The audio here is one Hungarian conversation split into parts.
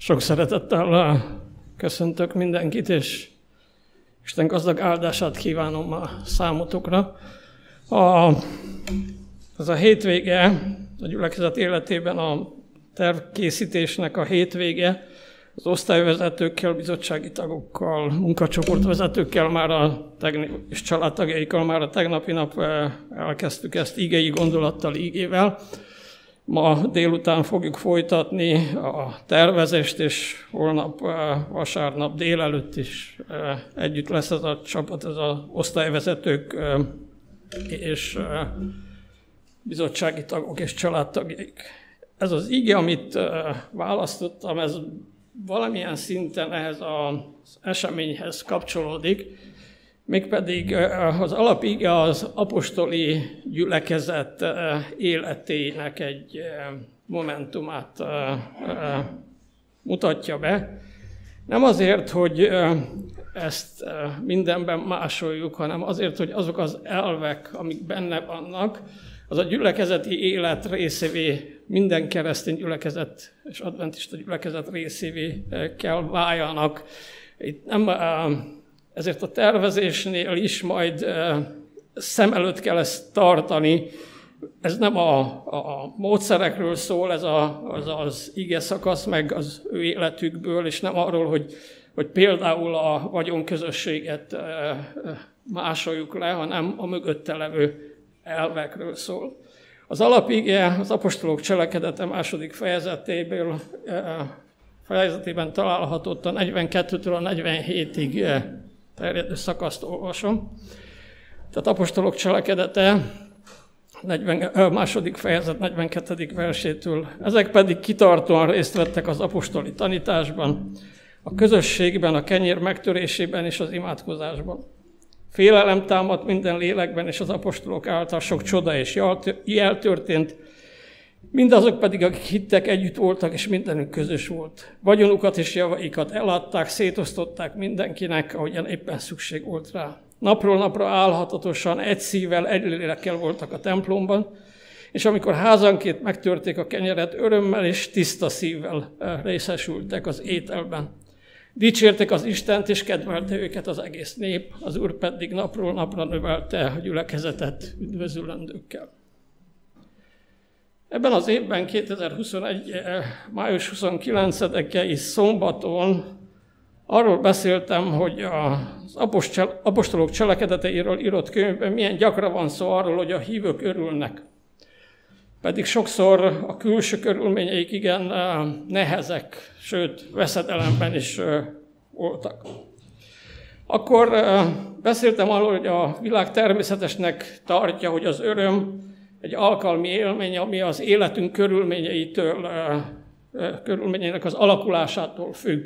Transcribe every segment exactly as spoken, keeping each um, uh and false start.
Sok szeretettel köszöntök mindenkit, és Isten gazdag áldását kívánom a számotokra. A, ez a hétvége, a gyülekezet életében a tervkészítésnek a hétvége, az osztályvezetőkkel, bizottsági tagokkal, munkacsoportvezetőkkel már a tegnap, és családtagjaikkal már a tegnapi nap elkezdtük ezt igei gondolattal, igével. Ma délután fogjuk folytatni a tervezést, és holnap vasárnap délelőtt is együtt lesz ez a csapat, ez az osztályvezetők és bizottsági tagok és családtagjaik. Ez az ige, amit választottam, ez valamilyen szinten ehhez az eseményhez kapcsolódik, mégpedig az alapige az apostoli gyülekezet életének egy momentumát mutatja be. Nem azért, hogy ezt mindenben másoljuk, hanem azért, hogy azok az elvek, amik benne vannak, az a gyülekezeti élet részévé, minden keresztény gyülekezet és adventista gyülekezet részévé kell váljanak. Itt nem, ezért a tervezésnél is majd szem előtt kell ezt tartani. Ez nem a, a módszerekről szól, ez a, az, az ige szakasz, meg az ő életükből, és nem arról, hogy, hogy például a vagyonközösséget másoljuk le, hanem a mögötte levő elvekről szól. Az alapige az apostolok cselekedete második fejezetéből, fejezetében található, a negyvenkettőtől a negyvenhétig terjedő szakaszt olvasom. Tehát apostolok cselekedete negyven, második fejezet negyvenkettedik versétől. Ezek pedig kitartóan részt vettek az apostoli tanításban, a közösségben, a kenyér megtörésében és az imádkozásban. Félelem támadt minden lélekben, és az apostolok által sok csoda és jel történt, mindazok pedig, akik hittek, együtt voltak, és mindenük közös volt. Vagyonukat és javaikat eladták, szétosztották mindenkinek, ahogyan éppen szükség volt rá. Napról napra álhatatosan, egy szívvel, egy lélekkel voltak a templomban, és amikor házanként megtörték a kenyeret, örömmel és tiszta szívvel részesültek az ételben. Dicsértek az Istent, és kedvelte őket az egész nép, az Úr pedig napról napra növelte a gyülekezetet üdvözülendőkkel. Ebben az évben, kétezer-huszonegy. május huszonkilencedikei szombaton arról beszéltem, hogy az apostolok cselekedeteiről írott könyvben milyen gyakran van szó arról, hogy a hívők örülnek. Pedig sokszor a külső körülményeik igen nehezek, sőt, veszedelemben is voltak. Akkor beszéltem arról, hogy a világ természetesnek tartja, hogy az öröm egy alkalmi élmény, ami az életünk körülményeitől, körülményeinek az alakulásától függ.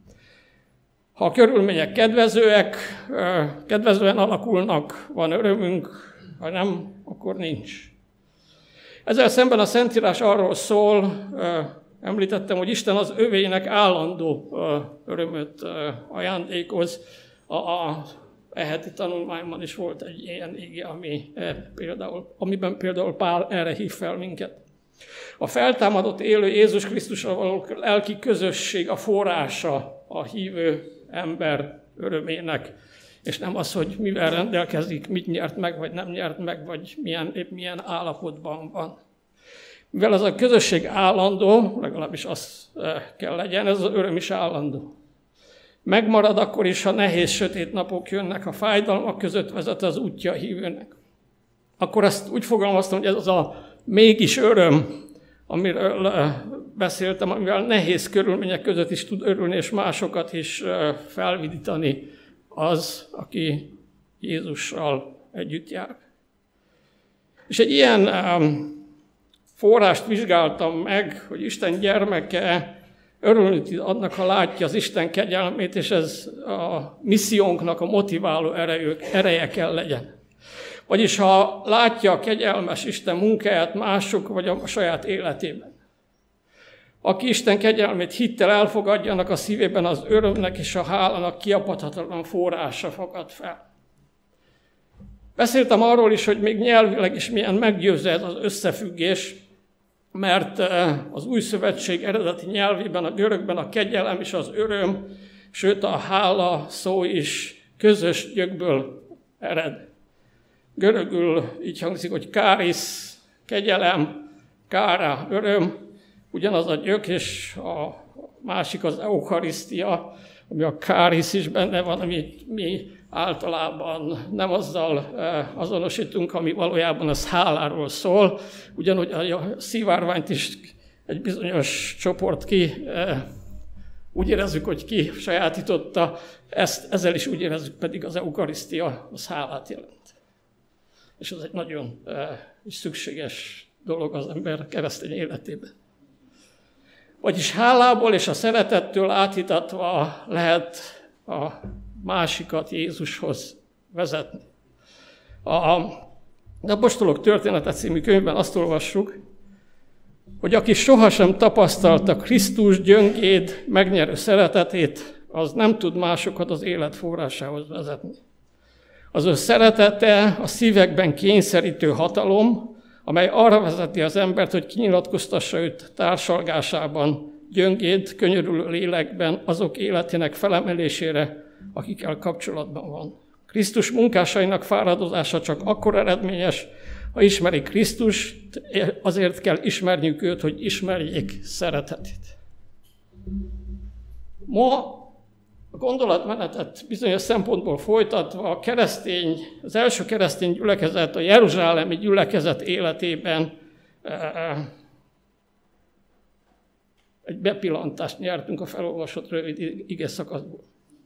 Ha a körülmények kedvezőek, kedvezően alakulnak, van örömünk, ha nem, akkor nincs. Ezzel szemben a Szentírás arról szól, említettem, hogy Isten az övéinek állandó örömöt ajándékoz. A, a e heti tanulmányban is volt egy ilyen ige, ami, például, amiben például Pál erre hív fel minket. A feltámadott élő Jézus Krisztusra való lelki közösség a forrása a hívő ember örömének, és nem az, hogy mivel rendelkezik, mit nyert meg, vagy nem nyert meg, vagy milyen, épp milyen állapotban van. Mivel ez a közösség állandó, legalábbis az kell legyen, ez az öröm is állandó. Megmarad akkor is, ha nehéz, sötét napok jönnek, ha fájdalmak között vezet az útja a hívőnek. Akkor ezt úgy fogalmaztam, hogy ez az a mégis öröm, amiről beszéltem, amivel nehéz körülmények között is tud örülni, és másokat is felvidítani az, aki Jézussal együtt jár. És egy ilyen forrást vizsgáltam meg, hogy Isten gyermeke örülni tud annak, ha látja az Isten kegyelmét, és ez a missziónknak a motiváló erejük, ereje kell legyen. Vagyis ha látja a kegyelmes Isten munkáját mások, vagy a saját életében. Aki Isten kegyelmét hittel elfogadja, annak a szívében az örömnek és a hálának kiapadhatatlan forrása fakad fel. Beszéltem arról is, hogy még nyelvileg is milyen meggyőző ez az összefüggés, mert az új szövetség eredeti nyelvében, a görögben a kegyelem és az öröm, sőt a hála szó is közös gyökből ered. Görögül így hangzik, hogy káris, kegyelem, kára, öröm, ugyanaz a gyök, és a másik az eukarisztia, ami a káris is benne van, amit mi általában nem azzal azonosítunk, ami valójában az háláról szól, ugyanúgy a szivárványt is egy bizonyos csoport ki, úgy érezzük, hogy ki sajátította, ezt, ezzel is úgy érezzük, pedig az eukarisztia az hálát jelent. És ez egy nagyon is szükséges dolog az ember keresztény életében. Vagyis hálából és a szeretettől átítatva lehet a másikat Jézushoz vezetni. A Apostolok története című könyvben azt olvassuk, hogy aki sohasem tapasztalta Krisztus gyöngéd, megnyerő szeretetét, az nem tud másokat az élet forrásához vezetni. Az ő szeretete a szívekben kényszerítő hatalom, amely arra vezeti az embert, hogy kinyilatkoztassa őt társalgásában, gyöngéd, könyörülő lélekben azok életének felemelésére, akikkel kapcsolatban van. Krisztus munkásainak fáradozása csak akkor eredményes, ha ismerik Krisztust, azért kell ismerniük őt, hogy ismerjék szeretetét. Ma a gondolatmenetet bizonyos szempontból folytatva a keresztény, az első keresztény gyülekezet, a jeruzsálemi gyülekezet életében egy bepillantást nyertünk a felolvasott rövid igeszakaszból.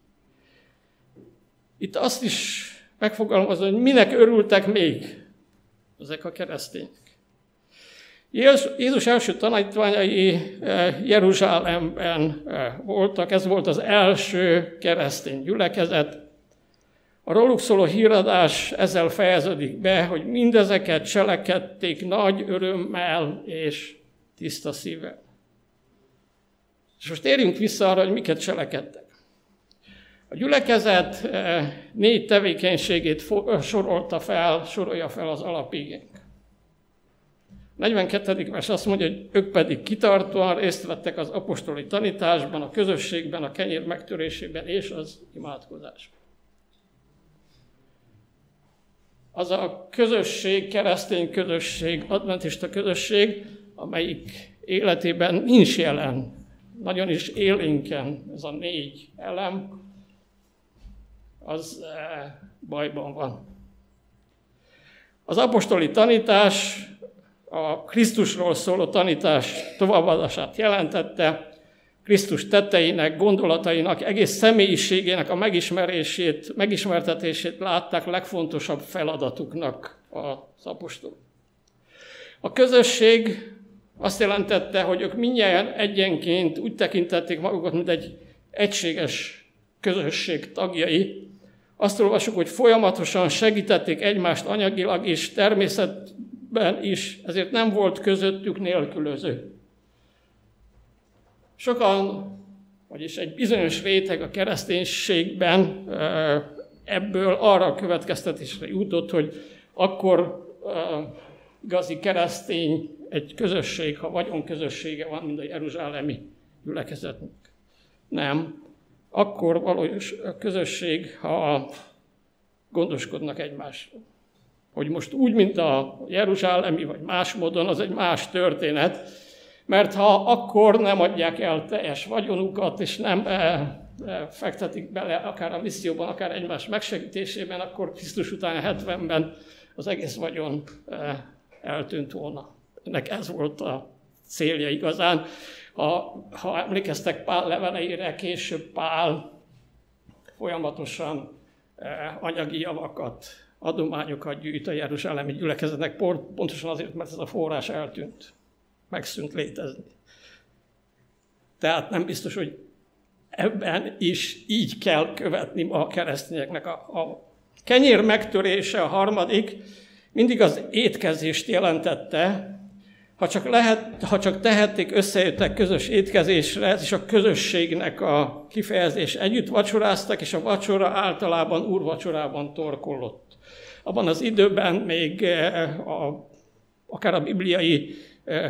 Itt azt is megfogalmazom, hogy minek örültek még ezek a keresztények. Jézus első tanítványai Jeruzsálemben voltak, ez volt az első keresztény gyülekezet. A róluk szóló híradás ezzel fejeződik be, hogy mindezeket cselekedték nagy örömmel és tiszta szívvel. És most térjünk vissza arra, hogy miket cselekedtek. A gyülekezet négy tevékenységét sorolta fel, sorolja fel az alapigénk. A negyvenkettedik vers azt mondja, hogy ők pedig kitartóan részt vettek az apostoli tanításban, a közösségben, a kenyér megtörésében és az imádkozásban. Az a közösség, keresztény közösség, adventista közösség, amelyik életében nincs jelen, nagyon is élénken ez a négy elem, az bajban van. Az apostoli tanítás a Krisztusról szóló tanítás továbbadását jelentette, Krisztus tetteinek, gondolatainak, egész személyiségének a megismerését, megismertetését látták legfontosabb feladatuknak az apostolok. A közösség azt jelentette, hogy ők mindnyájan egyenként úgy tekintették magukat, mint egy egységes közösség tagjai. Azt olvasjuk, hogy folyamatosan segítették egymást anyagilag és természetben is, ezért nem volt közöttük nélkülöző. Sokan, vagyis egy bizonyos réteg a kereszténységben ebből arra a következtetésre jutott, hogy akkor igazi keresztény egy közösség, ha vagyonközössége van, mint a jeruzsálemi gyülekezetnek. Nem. Akkor valós közösség, ha gondoskodnak egymásról. Hogy most úgy, mint a jeruzsálemi, vagy más módon, az egy más történet, mert ha akkor nem adják el teljes vagyonukat, és nem e, e, fektetik bele akár a misszióban, akár egymás megsegítésében, akkor Krisztus után hetvenben az egész vagyon e, eltűnt volna. Ennek ez volt a célja igazán. Ha, ha emlékeztek Pál leveleire, később Pál folyamatosan e, anyagi javakat, adományokat gyűjt a jeruzsálemi gyülekezetnek, pontosan azért, mert ez a forrás eltűnt. Megszűnt létezni. Tehát nem biztos, hogy ebben is így kell követni a keresztényeknek. A, a kenyér megtörése, a harmadik, mindig az étkezést jelentette. Ha csak, lehet, ha csak tehették, összejöttek közös étkezésre, ez is a közösségnek a kifejezés. Együtt vacsoráztak, és a vacsora általában úrvacsorában torkollott. Abban az időben még a, akár a bibliai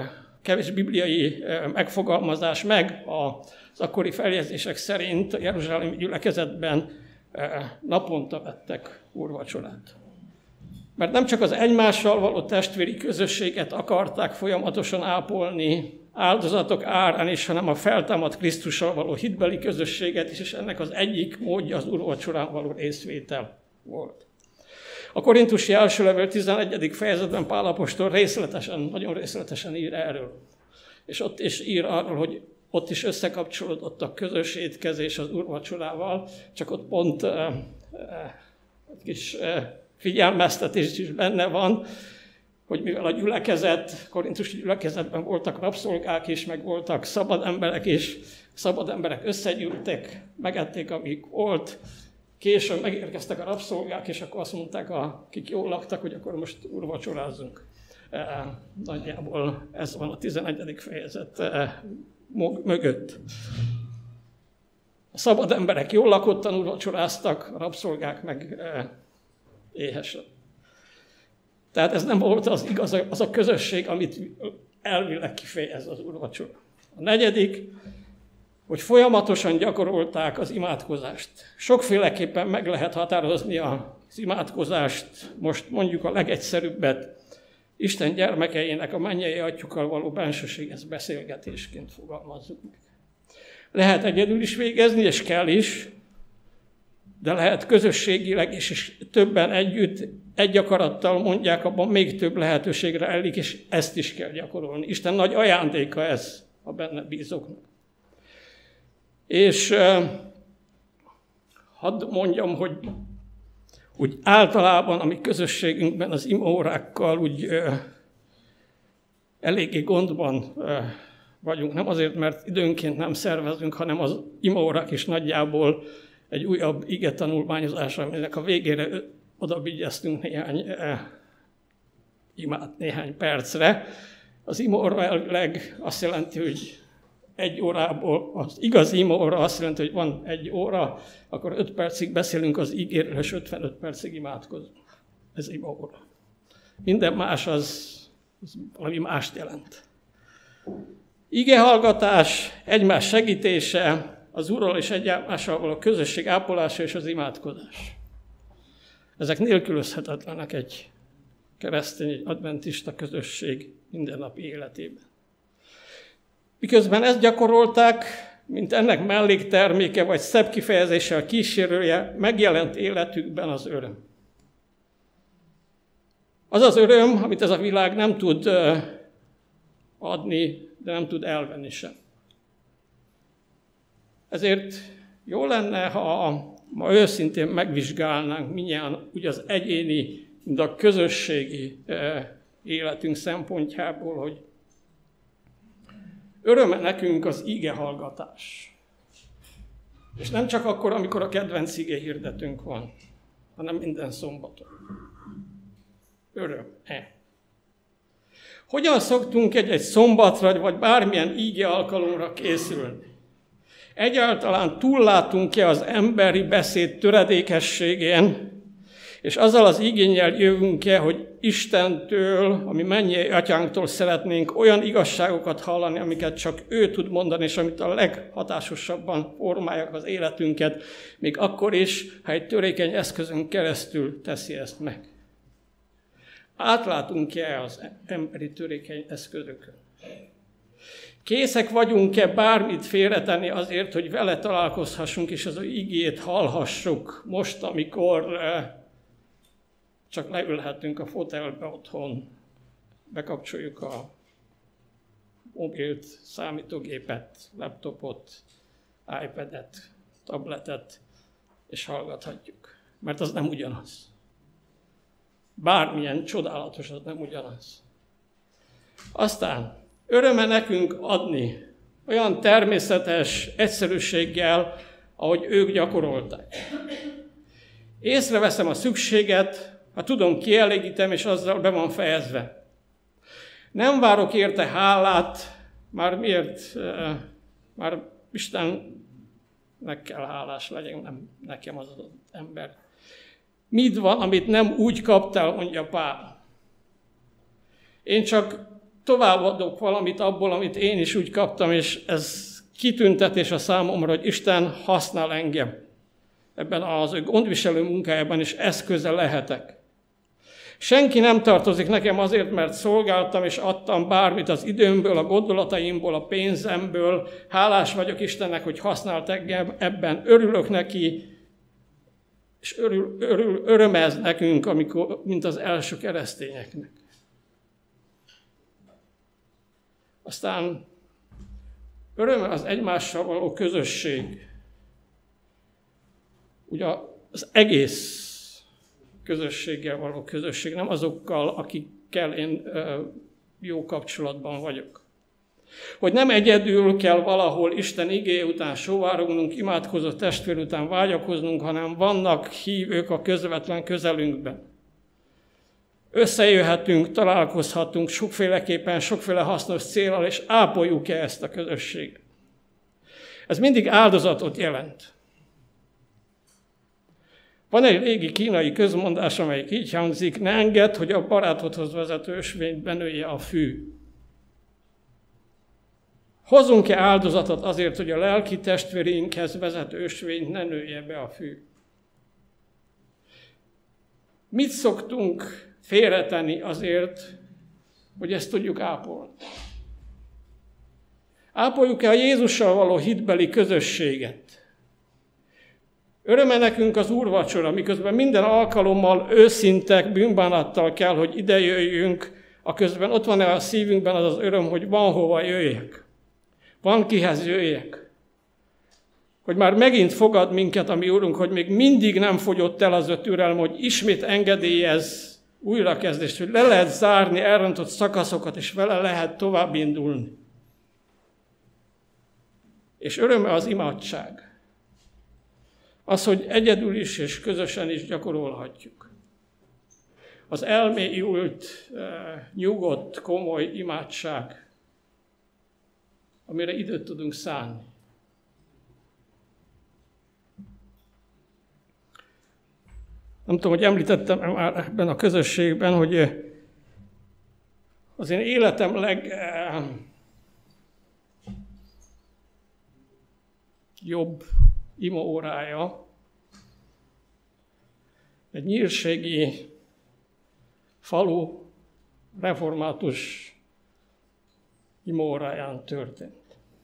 kevés bibliai megfogalmazás, meg az akkori feljegyzések szerint a jeruzsálemi gyülekezetben naponta vettek úrvacsorát. Mert nem csak az egymással való testvéri közösséget akarták folyamatosan ápolni, áldozatok árán is, hanem a feltámadt Krisztussal való hitbeli közösséget is, és ennek az egyik módja az úrvacsorán való részvétel volt. A korintusi első levél tizenegyedik fejezetben Pál apostol részletesen, nagyon részletesen ír erről. És ott is ír arról, hogy ott is összekapcsolódott a közös étkezés az úrvacsorával, csak ott pont uh, uh, egy kis uh, figyelmeztetés is benne van, hogy mivel a gyülekezet, korintusi gyülekezetben voltak rabszolgák is, meg voltak szabad emberek is, szabad emberek összegyűltek, megették, amíg volt, később megérkeztek a rabszolgák, és akkor azt mondták, akik jól laktak, hogy akkor most úrvacsorázzunk. E, nagyjából ez van a tizenegyedik fejezet e, mögött. A szabad emberek jól lakottan úrvacsoráztak, a rabszolgák meg e, éhesen. Tehát ez nem volt az igaz, az a közösség, amit elvileg kifejez az úrvacsora. A negyedik, hogy folyamatosan gyakorolták az imádkozást. Sokféleképpen meg lehet határozni az imádkozást, most mondjuk a legegyszerűbbet, Isten gyermekeinek a mennyei atyukkal való bensőséges beszélgetésként fogalmazzuk meg. Lehet egyedül is végezni, és kell is, de lehet közösségileg is, és többen együtt, egy akarattal mondják, abban még több lehetőségre ellik, és ezt is kell gyakorolni. Isten nagy ajándéka ez a benne bízóknak. És uh, hadd mondjam, hogy úgy általában a mi közösségünkben az imaórákkal úgy uh, eléggé gondban uh, vagyunk. Nem azért, mert időnként nem szervezünk, hanem az imaórák is nagyjából egy újabb ige tanulmányozásra, aminek a végére odabigyeztünk néhány uh, imát néhány percre. Az imaóra elvileg azt jelenti, hogy egy órából, az igazi imaóra azt jelenti, hogy van egy óra, akkor öt percig beszélünk az ígéről, és ötvenöt percig imádkozunk. Ez imaóra. Minden más az, az valami mást jelent. Igehallgatás, egymás segítése, az Úrral és egymással való közösség ápolása és az imádkozás. Ezek nélkülözhetetlenek egy keresztény, egy adventista közösség mindennapi életében. Miközben ezt gyakorolták, mint ennek mellékterméke, vagy szebb kifejezéssel kísérője, megjelent életükben az öröm. Az az öröm, amit ez a világ nem tud adni, de nem tud elvenni sem. Ezért jó lenne, ha ma őszintén megvizsgálnánk mindjárt úgy az egyéni, mint a közösségi életünk szempontjából, hogy öröme nekünk az igehallgatás. És nem csak akkor, amikor a kedvenc ige hirdetünk van, hanem minden szombaton. Öröm-e? Hogyan szoktunk egy-egy szombatra, vagy bármilyen ige alkalomra készülni? Egyáltalán túllátunk-e az emberi beszéd töredékességén, és azzal az igénnyel jövünk-e, hogy Istentől, ami mennyei atyánktól szeretnénk olyan igazságokat hallani, amiket csak ő tud mondani, és amit a leghatásosabban formálják az életünket, még akkor is, ha egy törékeny eszközön keresztül teszi ezt meg. Átlátunk-e az emberi törékeny eszközökön? Készek vagyunk-e bármit félretenni azért, hogy vele találkozhassunk, és az igét hallhassuk most, amikor csak leülhetünk a fotelbe otthon, bekapcsoljuk a mobilt, számítógépet, laptopot, iPadet, tabletet, és hallgathatjuk. Mert az nem ugyanaz. Bármilyen csodálatos, az nem ugyanaz. Aztán öröme nekünk adni olyan természetes egyszerűséggel, ahogy ők gyakorolták. Észreveszem a szükséget, ha tudom, kielégítem, és azzal be van fejezve. Nem várok érte hálát, már miért, már Istennek kell hálás legyen, nem nekem az az ember. Mit van, amit nem úgy kaptál, mondja Pál. Én csak továbbadok valamit abból, amit én is úgy kaptam, és ez kitüntetés a számomra, hogy Isten használ engem. Ebben az ő gondviselő munkájában is eszköze lehetek. Senki nem tartozik nekem azért, mert szolgáltam és adtam bármit az időmből, a gondolataimból, a pénzemből. Hálás vagyok Istennek, hogy használt engem ebben. Örülök neki, és örül, örül, örömez nekünk, amikor, mint az első keresztényeknek. Aztán öröme az egymással való közösség. Ugye az egész közösséggel való közösség, nem azokkal, akikkel én ö, jó kapcsolatban vagyok. Hogy nem egyedül kell valahol Isten igéje után sóvárognunk, imádkozó testvér után vágyakoznunk, hanem vannak hívők a közvetlen közelünkben. Összejöhetünk, találkozhatunk sokféleképpen, sokféle hasznos céllal, és ápoljuk-e ezt a közösséget. Ez mindig áldozatot jelent. Van egy régi kínai közmondás, amelyik így hangzik: ne engedd, hogy a barátodhoz vezető ösvényt benője a fű. Hozunk-e áldozatot azért, hogy a lelki testvérinkhez vezető ösvényt ne nője be a fű? Mit szoktunk félretenni azért, hogy ezt tudjuk ápolni? Ápoljuk-e a Jézussal való hitbeli közösséget? Öröme nekünk az úrvacsora, miközben minden alkalommal őszintek, bűnbánattal kell, hogy ide jöjjünk, aközben ott van-e a szívünkben az az öröm, hogy van hova jöjjek. Van kihez jöjjek. Hogy már megint fogad minket a mi Úrunk, hogy még mindig nem fogyott el az ő türelme, hogy ismét engedélyez újrakezdést, hogy le lehet zárni elrontott szakaszokat, és vele lehet tovább indulni. És öröme az imádság. Az, hogy egyedül is és közösen is gyakorolhatjuk. Az elmélyült, nyugodt, komoly imádság, amire időt tudunk szánni. Nem tudom, hogy említettem már ebben a közösségben, hogy az én életem legjobb imaórája egy nyírségi falu református imaóráján történt.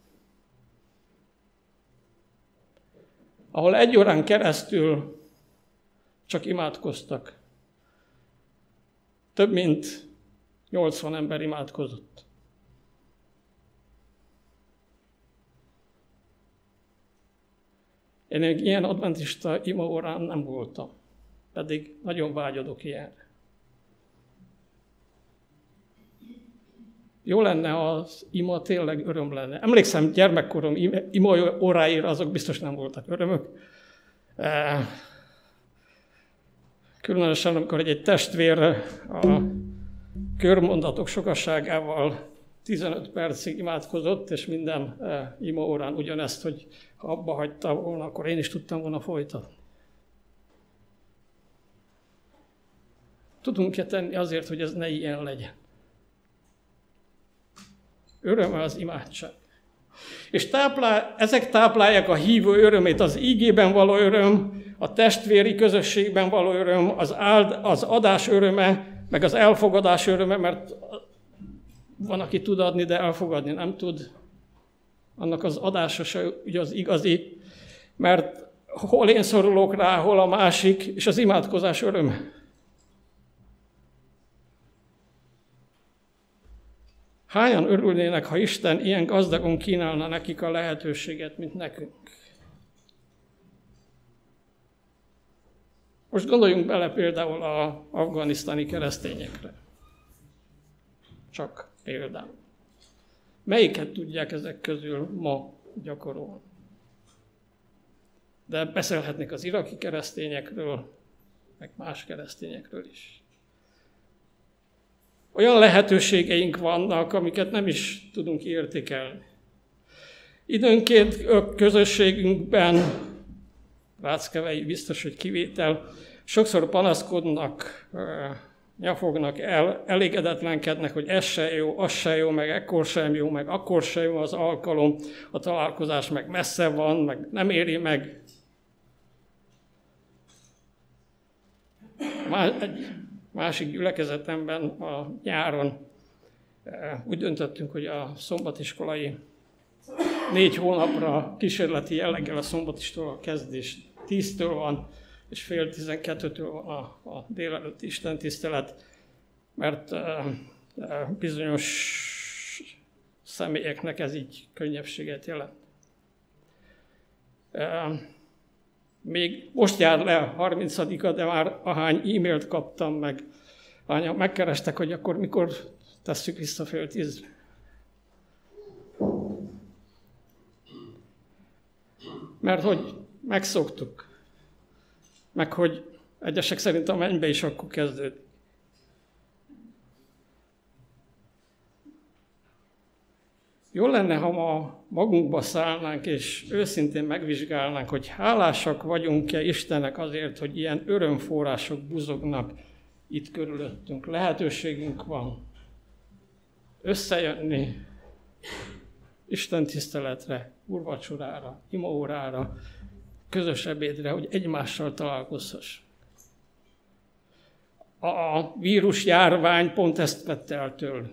Ahol egy órán keresztül csak imádkoztak. Több mint nyolcvan ember imádkozott. Én egy ilyen adventista imaórán nem voltam, pedig nagyon vágyodok ilyenre. Jó lenne, az ima tényleg öröm lenne. Emlékszem, gyermekkorom ima óráira azok biztos nem voltak örömök. Különösen, amikor egy testvér a körmondatok sokaságával tizenöt percig imádkozott, és minden ima órán ugyanezt, hogy ha abba hagyta volna, akkor én is tudtam volna folytatni. Tudunk-e tenni azért, hogy ez ne ilyen legyen? Öröme az imádság. És táplál, ezek táplálják a hívő örömét, az ígében való öröm, a testvéri közösségben való öröm, az, áld, az adás öröme, meg az elfogadás öröme, mert van, aki tud adni, de elfogadni nem tud. Annak az adása se ugye az igazi, mert hol én szorulok rá, hol a másik, és az imádkozás öröme. Hányan örülnének, ha Isten ilyen gazdagon kínálna nekik a lehetőséget, mint nekünk? Most gondoljunk bele például az afganisztáni keresztényekre. Csak például. Melyiket tudják ezek közül ma gyakorolni? De beszélhetnék az iraki keresztényekről, meg más keresztényekről is. Olyan lehetőségeink vannak, amiket nem is tudunk értékelni. Időnként a közösségünkben, Ráckevei biztos, hogy kivétel, sokszor panaszkodnak nyafognak el, elégedetlenkednek, hogy ez se jó, az se jó, meg ekkor sem jó, meg akkor sem jó az alkalom, a találkozás meg messze van, meg nem éri meg. Egy másik gyülekezetemben a nyáron úgy döntöttünk, hogy a szombatiskolai négy hónapra kísérleti jelleggel a szombatiskola kezdés tíztől van, és fél tizenkettőtől van a, a délelőtt istentisztelet, mert e, e, bizonyos személyeknek ez így könnyebbséget jelent. E, még most jár le a harmincadika, de már ahány e-mailt kaptam, meg ahányan megkerestek, hogy akkor mikor tesszük vissza fél tízre. Mert hogy megszoktuk, meg hogy egyesek szerint a mennybe is akkor kezdődik. Jó lenne, ha ma magunkba szállnánk, és őszintén megvizsgálnánk, hogy hálásak vagyunk-e Istennek azért, hogy ilyen örömforrások buzognak itt körülöttünk. Lehetőségünk van összejönni Isten tiszteletre, úrvacsorára, imaórára, közös ebédre, hogy egymással találkozhassunk. A vírus járvány pont ezt vette el tőlünk.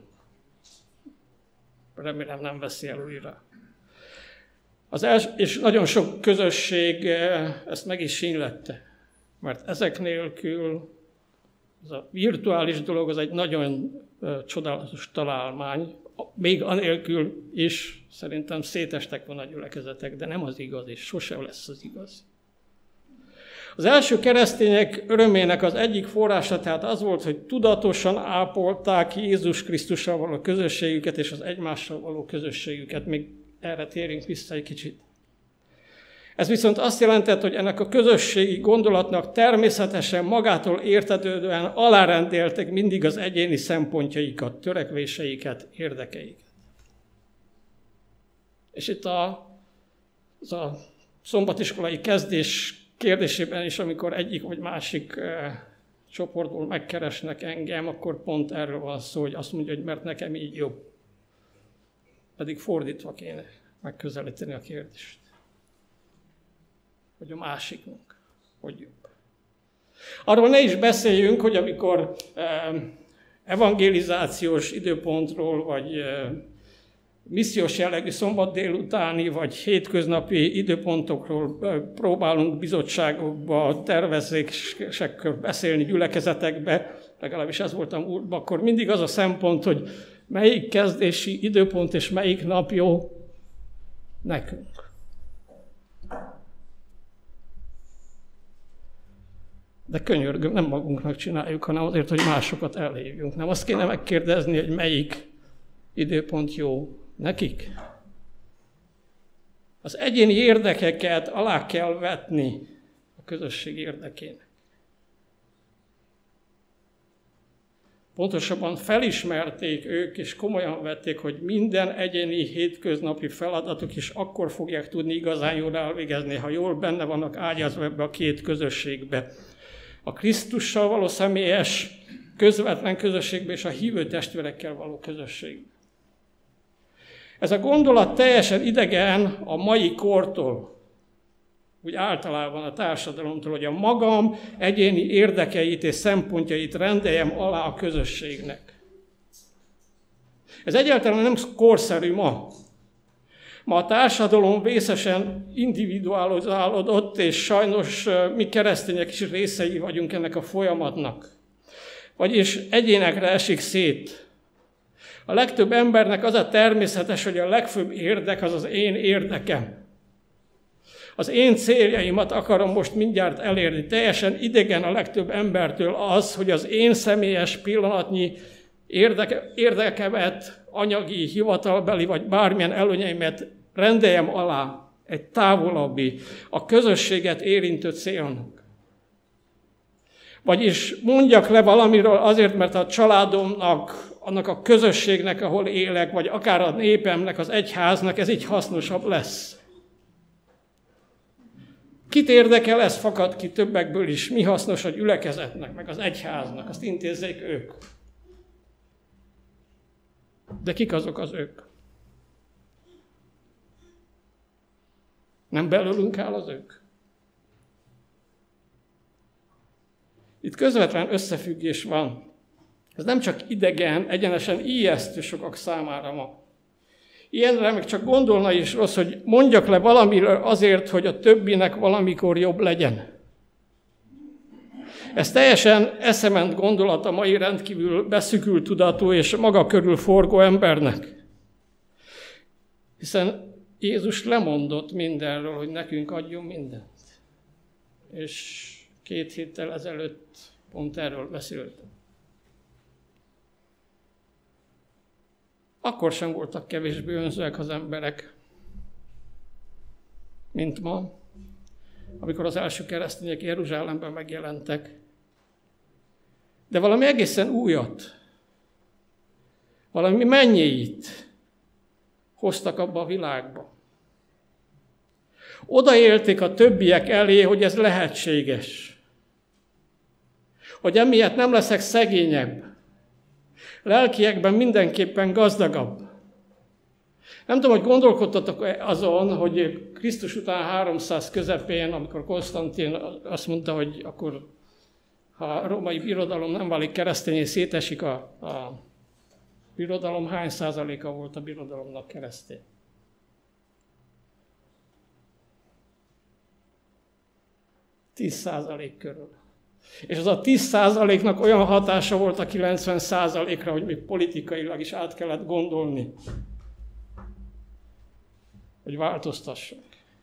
Remélem nem veszi el újra. Az els, és nagyon sok közösség ezt meg is sínylette, mert ezek nélkül ez a virtuális dolog az egy nagyon csodálatos találmány, még anélkül is szerintem szétestek van a gyülekezetek, de nem az igaz, és sosem lesz az igaz. Az első keresztények örömének az egyik forrása tehát az volt, hogy tudatosan ápolták Jézus Krisztussal való közösségüket és az egymással való közösségüket. Még erre térünk vissza egy kicsit. Ez viszont azt jelentett, hogy ennek a közösségi gondolatnak természetesen magától értetődően alárendeltek mindig az egyéni szempontjaikat, törekvéseiket, érdekeiket. És itt a, az a szombatiskolai kezdés kérdésében is, amikor egyik vagy másik e, csoportból megkeresnek engem, akkor pont erről van szó, hogy azt mondja, hogy mert nekem így jobb. Pedig fordítva kéne megközelíteni a kérdést. Hogy a másiknak hogy jobb. Arról ne is beszéljünk, hogy amikor e, evangelizációs időpontról, vagy e, missziós jellegű szombat délutáni, vagy hétköznapi időpontokról próbálunk bizottságokba, tervezésekről beszélni, gyülekezetekbe, legalábbis ez voltam úrban, akkor mindig az a szempont, hogy melyik kezdési időpont és melyik nap jó nekünk. De könyörgöm, nem magunknak csináljuk, hanem azért, hogy másokat elhívjunk. Nem azt kéne megkérdezni, hogy melyik időpont jó nekik. Az egyéni érdekeket alá kell vetni a közösség érdekének. Pontosabban felismerték ők, és komolyan vették, hogy minden egyéni hétköznapi feladatuk is akkor fogják tudni igazán jól elvégezni, ha jól benne vannak ágyazva ebbe a két közösségbe. A Krisztussal való személyes, közvetlen közösségbe és a hívő testvérekkel való közösségbe. Ez a gondolat teljesen idegen a mai kortól, úgy általában a társadalomtól, hogy a magam egyéni érdekeit és szempontjait rendeljem alá a közösségnek. Ez egyáltalán nem korszerű ma. Ma a társadalom vészesen individualizálódott, és sajnos mi keresztények is részei vagyunk ennek a folyamatnak. Vagyis egyénekre esik szét. A legtöbb embernek az a természetes, hogy a legfőbb érdek az az én érdekem. Az én céljaimat akarom most mindjárt elérni. Teljesen idegen a legtöbb embertől az, hogy az én személyes pillanatnyi érdeke, érdekemet, anyagi, hivatalbeli vagy bármilyen előnyeimet rendeljem alá egy távolabbi, a közösséget érintő célnak. Vagyis mondjak le valamiről azért, mert a családomnak, annak a közösségnek, ahol élek, vagy akár a népemnek, az egyháznak ez így hasznosabb lesz. Kit érdekel, ez fakad ki többekből is, mi hasznos a gyülekezetnek, meg az egyháznak, azt intézzék ők. De kik azok az ők? Nem belőlünk áll az ők? Itt közvetlen összefüggés van. Ez nem csak idegen, egyenesen ijesztő sokak számára ma. Ilyenre meg csak gondolna is rossz, hogy mondjak le valamiről azért, hogy a többinek valamikor jobb legyen. Ez teljesen eszement gondolat a mai rendkívül beszűkült tudatú és maga körül forgó embernek. Hiszen Jézus lemondott mindenről, hogy nekünk adjon mindent. És két héttel ezelőtt pont erről beszéltem. Akkor sem voltak kevésbé önzőek az emberek, mint ma, amikor az első keresztények Jeruzsálemben megjelentek. De valami egészen újat, valami mennyeit hoztak abba a világba. Odaélték a többiek elé, hogy ez lehetséges. Hogy emiatt nem leszek szegényebb. Lelkiekben mindenképpen gazdagabb. Nem tudom, hogy gondolkodtatok azon, hogy Krisztus után háromszáz közepén, amikor Konstantin azt mondta, hogy akkor, ha a római birodalom nem válik keresztényé, szétesik a, a birodalom, hány százaléka volt a birodalomnak keresztény? tíz százalék körül. És az a tíz százaléknak olyan hatása volt a kilencven százalékra, hogy még politikailag is át kellett gondolni, hogy változtassunk.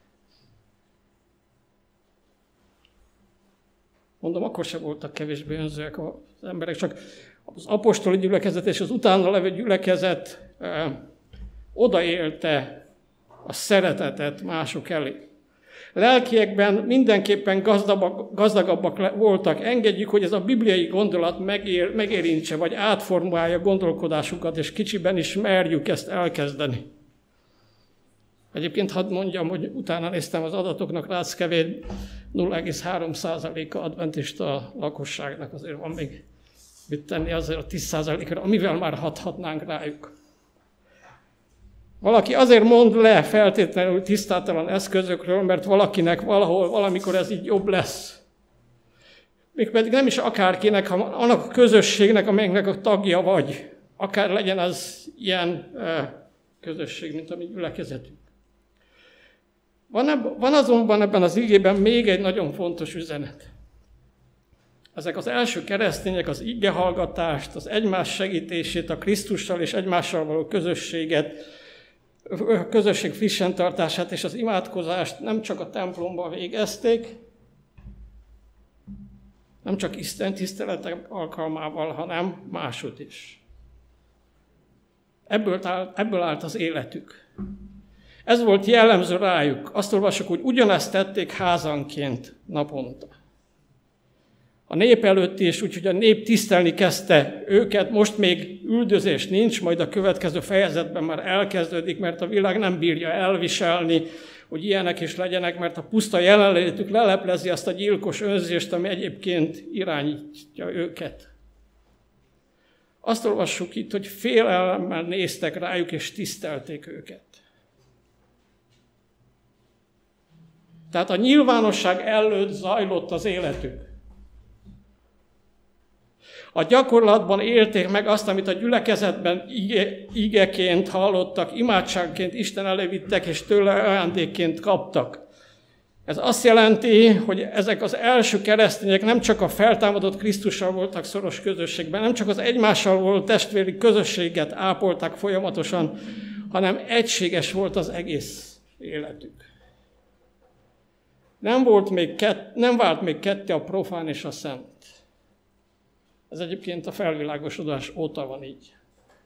Mondom, akkor sem voltak kevésbé önzőek az emberek, csak az apostoli gyülekezet és az utána levő gyülekezet eh, odaélte a szeretetet mások elé. Lelkiekben mindenképpen gazdagabbak, gazdagabbak voltak. Engedjük, hogy ez a bibliai gondolat megér, megérintse, vagy átformálja gondolkodásukat, és kicsiben is merjük ezt elkezdeni. Egyébként hadd mondjam, hogy utána néztem az adatoknak, Ráckevén nulla egész három százaléka adventista lakosságnak, azért van még mit tenni azért a tíz százalékra, amivel már hathatnánk rájuk. Valaki azért mond le feltétlenül tisztátalan eszközökről, mert valakinek valahol, valamikor ez így jobb lesz. Mégpedig nem is akárkinek, hanem annak a közösségnek, amelynek a tagja vagy. Akár legyen az ilyen eh, közösség, mint a mi gyülekezetünk. Van, eb- van azonban ebben az igében még egy nagyon fontos üzenet. Ezek az első keresztények az igehallgatást, az egymás segítését, a Krisztussal és egymással való közösséget, a közösség frissen tartását és az imádkozást nem csak a templomban végezték, nem csak Isten tiszteletek alkalmával, hanem máshogy is. Ebből állt, ebből állt az életük. Ez volt jellemző rájuk. Azt olvassuk, hogy ugyanezt tették házanként naponta. A nép előtt is, úgyhogy a nép tisztelni kezdte őket, most még üldözés nincs, majd a következő fejezetben már elkezdődik, mert a világ nem bírja elviselni, hogy ilyenek is legyenek, mert a puszta jelenlétük leleplezi azt a gyilkos önzést, ami egyébként irányítja őket. Azt olvassuk itt, hogy félelemmel néztek rájuk, és tisztelték őket. Tehát a nyilvánosság előtt zajlott az életük. A gyakorlatban élték meg azt, amit a gyülekezetben ige, igeként hallottak, imádságként Isten elé vittek, és tőle ajándékként kaptak. Ez azt jelenti, hogy ezek az első keresztények nem csak a feltámadott Krisztussal voltak szoros közösségben, nem csak az egymással volt testvéri közösséget ápolták folyamatosan, hanem egységes volt az egész életük. Nem, volt még kett, nem vált még ketté a profán és a szent. Ez egyébként a felvilágosodás óta van így.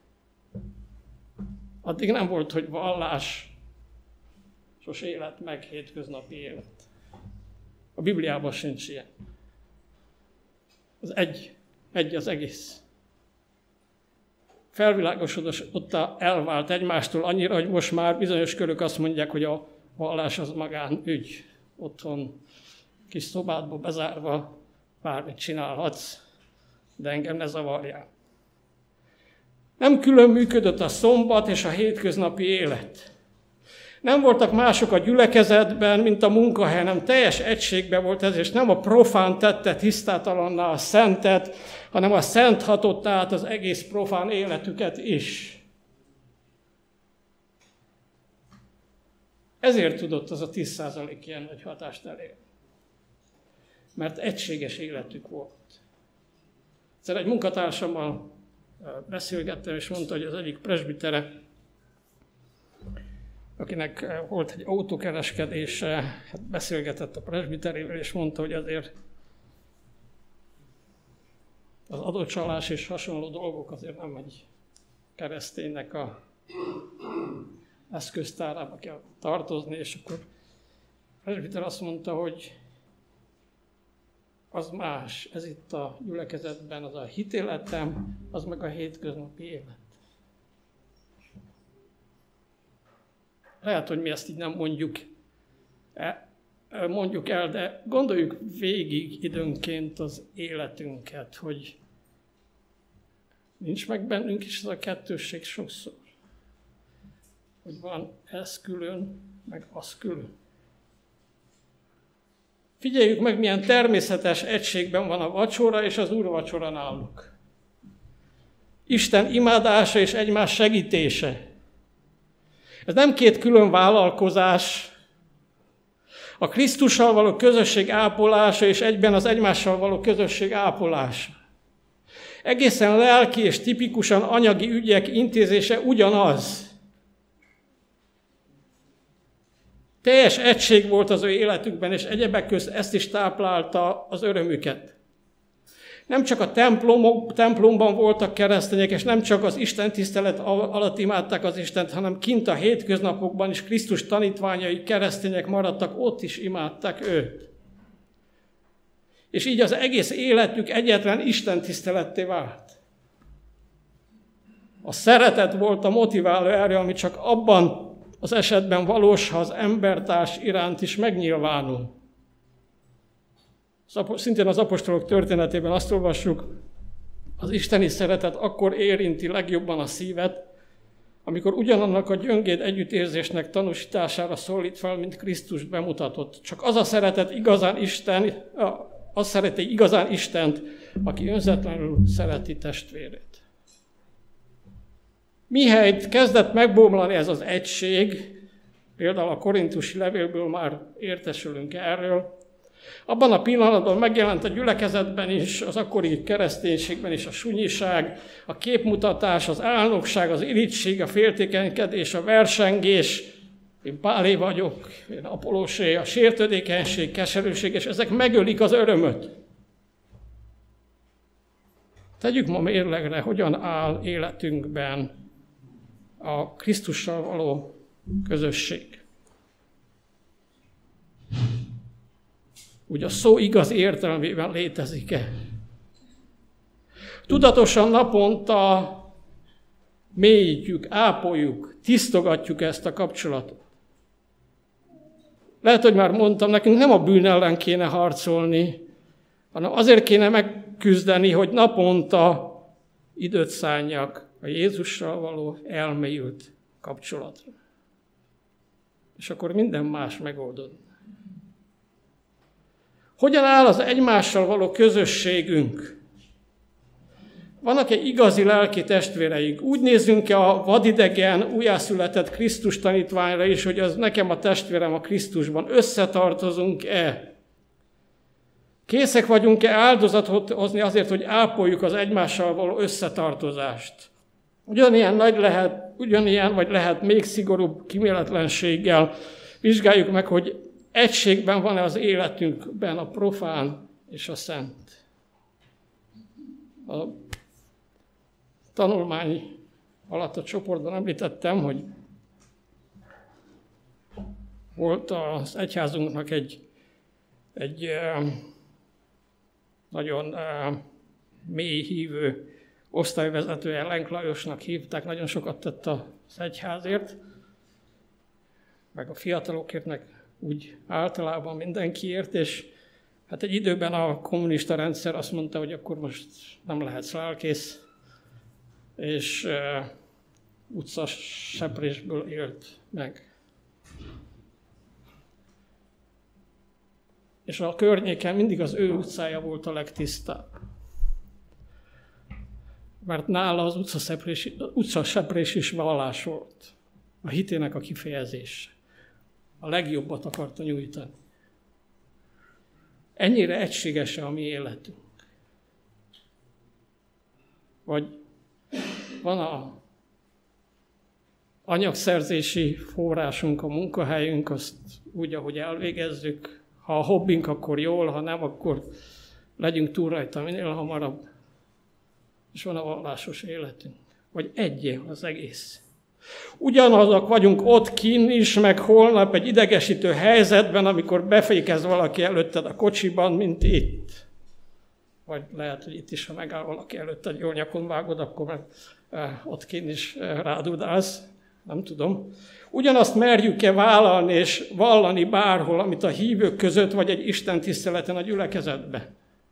Addig nem volt, hogy vallás, sos élet meg hétköznapi élet. A Bibliában sincs ilyen. Az egy, egy az egész. Felvilágosodás óta elvált egymástól annyira, hogy most már bizonyos körök azt mondják, hogy a vallás az magánügy. otthon kis szobádba bezárva bármit csinálhatsz, de engem ne zavarjál. Nem külön működött a szombat és a hétköznapi élet. Nem voltak mások a gyülekezetben, mint a munkahely, hanem teljes egységben volt ez, és nem a profán tette tisztátalanná a szentet, hanem a szent hatott át az egész profán életüket is. Ezért tudott az a tíz százalék ilyen nagy hatást elérni. Mert egységes életük volt. Egyszer egy munkatársammal beszélgettem, és mondta, hogy az egyik presbitere, akinek volt egy autókereskedése, hát beszélgetett a presbiterével, és mondta, hogy azért az adócsalás és hasonló dolgok azért nem egy kereszténynek a eszköztárába kell tartozni, és akkor a presbiter azt mondta, hogy az más, ez itt a gyülekezetben, az a hitéletem, az meg a hétköznapi élet. Lehet, hogy mi ezt így nem mondjuk, mondjuk el, de gondoljuk végig időnként az életünket, hogy nincs meg bennünk is ez a kettősség sokszor. Hogy van ez külön, meg az külön. Figyeljük meg, milyen természetes egységben van a vacsora és az úrvacsora náluk. Isten imádása és egymás segítése. Ez nem két külön vállalkozás. A Krisztussal való közösség ápolása és egyben az egymással való közösség ápolása. Egészen lelki és tipikusan anyagi ügyek intézése ugyanaz. Teljes egység volt az ő életükben, és egyebek közt ezt is táplálta az örömüket. Nem csak a templom, templomban voltak keresztények, és nem csak az Isten tisztelet alatt imádták az Istent, hanem kint a hétköznapokban is Krisztus tanítványai keresztények maradtak, ott is imádták őt. És így az egész életük egyetlen Isten tiszteletté vált. A szeretet volt a motiváló erő, ami csak abban az esetben valós, ha az embertárs iránt is megnyilvánul. Szintén az apostolok történetében azt olvassuk, az isteni szeretet akkor érinti legjobban a szívet, amikor ugyanannak a gyöngéd együttérzésnek tanúsítására szólít fel, mint Krisztus bemutatott. Csak az a szeretet igazán Isten, az szereti igazán Istent, aki önzetlenül szereti testvérét. Mihelyt kezdett megbomlani ez az egység, például a korintusi levélből már értesülünk erről, abban a pillanatban megjelent a gyülekezetben is, az akkori kereszténységben is a sunyiság, a képmutatás, az álnokság, az irigység, a féltékenykedés, a versengés, én Pálé vagyok, én Apollósé, a sértődékenység, keserűség, és ezek megölik az örömöt. Tegyük ma mérlegre, hogyan áll életünkben a Krisztussal való közösség. Úgy a szó igaz értelmében létezik-e? Tudatosan naponta mélyítjük, ápoljuk, tisztogatjuk ezt a kapcsolatot. Lehet, hogy már mondtam, nekünk nem a bűn ellen kéne harcolni, hanem azért kéne megküzdeni, hogy naponta időt szánjak a Jézussal való elmélyült kapcsolatra. És akkor minden más megoldódna. Hogyan áll az egymással való közösségünk? Vannak egy igazi lelki testvéreink. Úgy nézzünk-e a vadidegen, újjászületett Krisztus tanítványra is, hogy az nekem a testvérem a Krisztusban. Összetartozunk-e? Készek vagyunk-e áldozatot hozni azért, hogy ápoljuk az egymással való összetartozást? Ugyanilyen nagy lehet, ugyanilyen vagy lehet még szigorúbb kíméletlenséggel vizsgáljuk meg, hogy egységben van-e az életünkben a profán és a szent. A tanulmány alatt a csoportban említettem, hogy volt az egyházunknak egy, egy nagyon mély hívő osztályvezetője, Lenk Lajosnak hívták, nagyon sokat tett az egyházért, meg a fiatalokért, meg úgy általában mindenkiért, és hát egy időben a kommunista rendszer azt mondta, hogy akkor most nem lehetsz lelkész, és uh, utcaseprésből élt meg. És a környéken mindig az ő utcája volt a legtisztább. Mert nála az utcaseprés, utcaseprés is vallás volt. A hitének a kifejezése. A legjobbat akarta nyújtani. Ennyire egységes a mi életünk. Vagy van a anyagszerzési forrásunk, a munkahelyünk, azt úgy, ahogy elvégezzük. Ha a hobbink, akkor jól, ha nem, akkor legyünk túl rajta minél hamarabb. És van a vallásos életünk. Vagy egyé az egész. Ugyanazok vagyunk ott kinn is, meg holnap egy idegesítő helyzetben, amikor befékez valaki előtted a kocsiban, mint itt. Vagy lehet, hogy itt is, ha megáll valaki előtted, jól nyakon vágod, akkor meg eh, ott kinn is eh, rádudálsz. Nem tudom. Ugyanazt merjük-e vállalni és vallani bárhol, amit a hívők között, vagy egy istentiszteleten a gyülekezetben?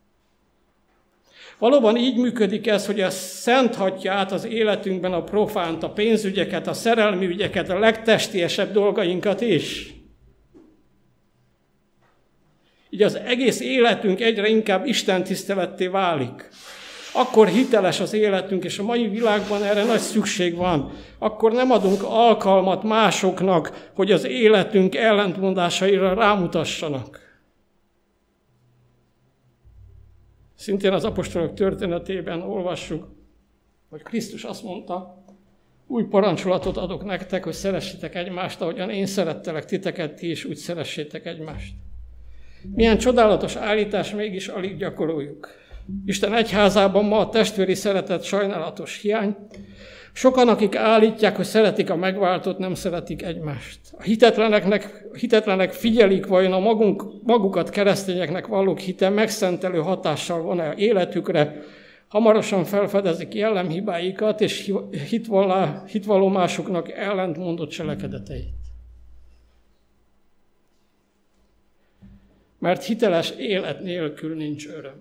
Valóban így működik ez, hogy ez szenthatja át az életünkben a profánt, a pénzügyeket, a szerelmi ügyeket, a legtestiesebb dolgainkat is. Így az egész életünk egyre inkább istentiszteletté válik. Akkor hiteles az életünk, és a mai világban erre nagy szükség van. Akkor nem adunk alkalmat másoknak, hogy az életünk ellentmondásaira rámutassanak. Szintén az apostolok történetében olvassuk, hogy Krisztus azt mondta, új parancsolatot adok nektek, hogy szeressétek egymást, ahogyan én szerettelek titeket, ti is úgy szeressétek egymást. Milyen csodálatos állítás, mégis alig gyakoroljuk. Isten egyházában ma a testvéri szeretet sajnálatos hiány. Sokan, akik állítják, hogy szeretik a megváltót, nem szeretik egymást. A hitetleneknek, hitetlenek figyelik, vajon a magunk, magukat keresztényeknek vallók hite megszentelő hatással van-e életükre. Hamarosan felfedezik jellemhibáikat, és hitvallomásuknak ellentmondott cselekedeteit. Mert hiteles élet nélkül nincs öröm.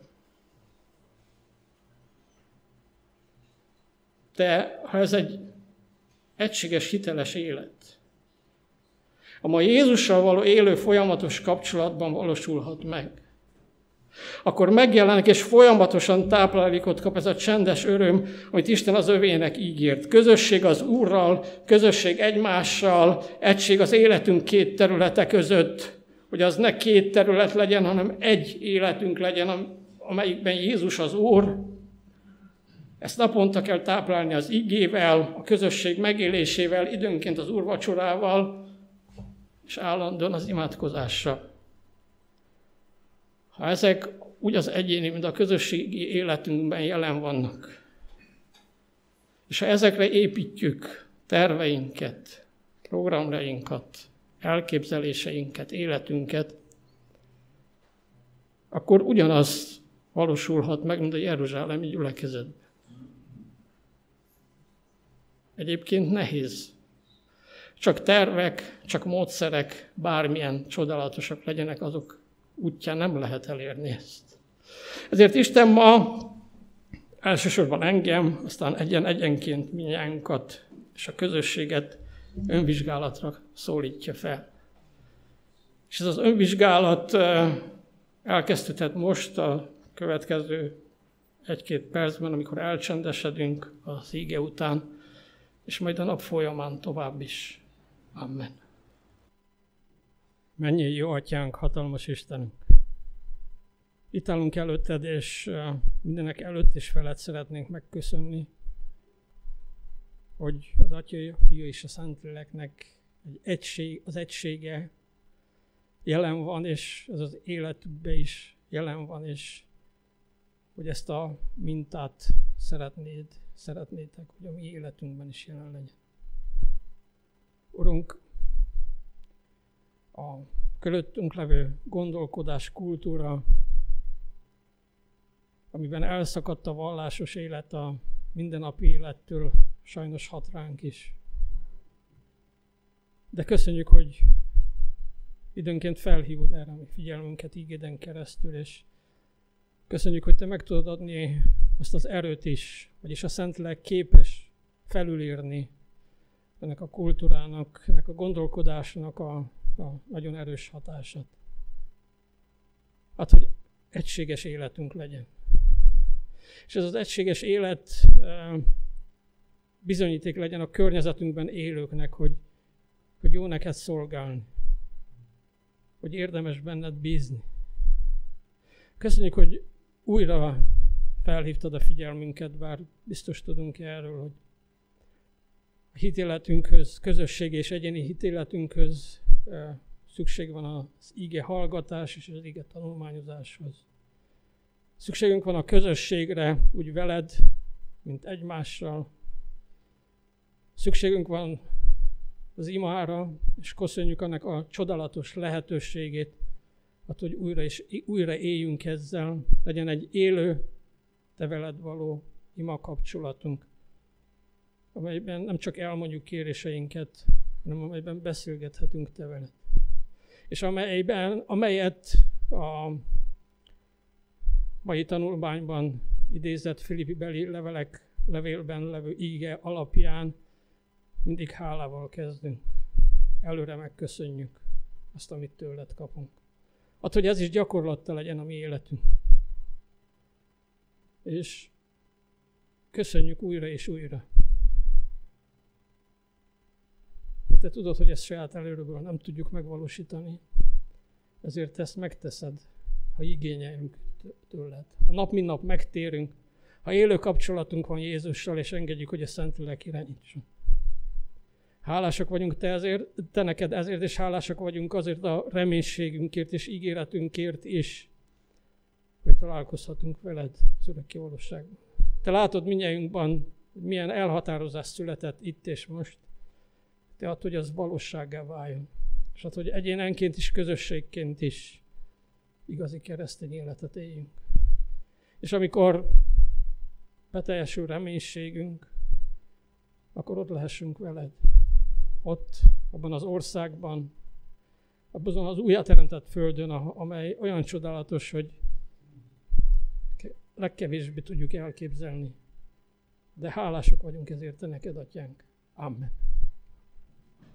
De ha ez egy egységes, hiteles élet, amely Jézussal való élő folyamatos kapcsolatban valósulhat meg, akkor megjelenik és folyamatosan táplálékot kap ez a csendes öröm, amit Isten az övének ígért. Közösség az Úrral, közösség egymással, egység az életünk két területe között, hogy az ne két terület legyen, hanem egy életünk legyen, amelyikben Jézus az Úr. Ezt naponta kell táplálni az igével, a közösség megélésével, időnként az úrvacsorával, és állandóan az imádkozással. Ha ezek úgy az egyéni, mint a közösségi életünkben jelen vannak, és ha ezekre építjük terveinket, programjainkat, elképzeléseinket, életünket, akkor ugyanaz valósulhat meg, mint a jeruzsálemi gyülekezetben. Egyébként nehéz. Csak tervek, csak módszerek, bármilyen csodálatosak legyenek, azok útján nem lehet elérni ezt. Ezért Isten ma elsősorban engem, aztán egyen-egyenként mindnyájunkat és a közösséget önvizsgálatra szólítja fel. És ez az önvizsgálat elkezdődhet most a következő egy-két percben, amikor elcsendesedünk az íge után, és majd a nap folyamán tovább is. Amen. Mennyei jó Atyánk, hatalmas Istenünk! Itt állunk előtted, és mindenek előtt és felett szeretnénk megköszönni, hogy az Atya, a Fiú és a Szentléleknek egy egység, az egysége jelen van, és ez az életükben is jelen van, és hogy ezt a mintát szeretnéd, szeretnétek, hogy a mi életünkben is jelen legyen. Urunk, a körülöttünk levő gondolkodás kultúra, amiben elszakadt a vallásos élet a mindennapi élettől, sajnos hat ránk is. De köszönjük, hogy időnként felhívod erre a mi figyelmünket ígéden keresztül, és köszönjük, hogy Te meg tudod adni azt az erőt is, vagyis a Szentlélek képes felülírni ennek a kultúrának, ennek a gondolkodásnak a, a nagyon erős hatását. Hát, hogy egységes életünk legyen. És ez az egységes élet bizonyíték legyen a környezetünkben élőknek, hogy, hogy jó neked szolgálni, hogy érdemes benned bízni. Köszönjük, hogy újra felhívtad a figyelmünket, bár biztos tudunk erről, hogy a hitéletünkhöz, közösség és egyéni hitéletünkhöz szükség van az ige hallgatás és az ige tanulmányozáshoz. Szükségünk van a közösségre, úgy veled, mint egymással. Szükségünk van az imára, és köszönjük annak a csodálatos lehetőségét, hát, hogy újra és újra éljünk ezzel, legyen egy élő, te veled való ima kapcsolatunk, amelyben nem csak elmondjuk kéréseinket, hanem amelyben beszélgethetünk te veled. És amelyben, amelyet a mai tanulmányban idézett Filippi-beli levelek levélben levő íge alapján mindig hálával kezdünk. Előre megköszönjük azt, amit tőled kapunk. Hát, hogy ez is gyakorlatta legyen a mi életünk. És köszönjük újra és újra. Te tudod, hogy ezt saját előről nem tudjuk megvalósítani, ezért ezt megteszed, ha igényeljünk tőled. Ha nap mint nap megtérünk, ha élő kapcsolatunk van Jézussal, és engedjük, hogy a Szentlélek irányítson. Hálásak vagyunk te, ezért, te neked ezért, és hálásak vagyunk azért a reménységünkért és ígéretünkért is, hogy találkozhatunk veled az örökké valóságban. Te látod mindnyájunkban, hogy milyen elhatározás született itt és most. Te add, hogy az valósággá váljon. És add, hogy egyénenként is, közösségként is igazi keresztény életet éljünk. És amikor beteljesül reménységünk, akkor ott lehessünk veled. Ott, abban az országban, abban az újjáteremtett földön, amely olyan csodálatos, hogy legkevésbé tudjuk elképzelni. De hálások vagyunk ezért te neked, atyánk. Amen.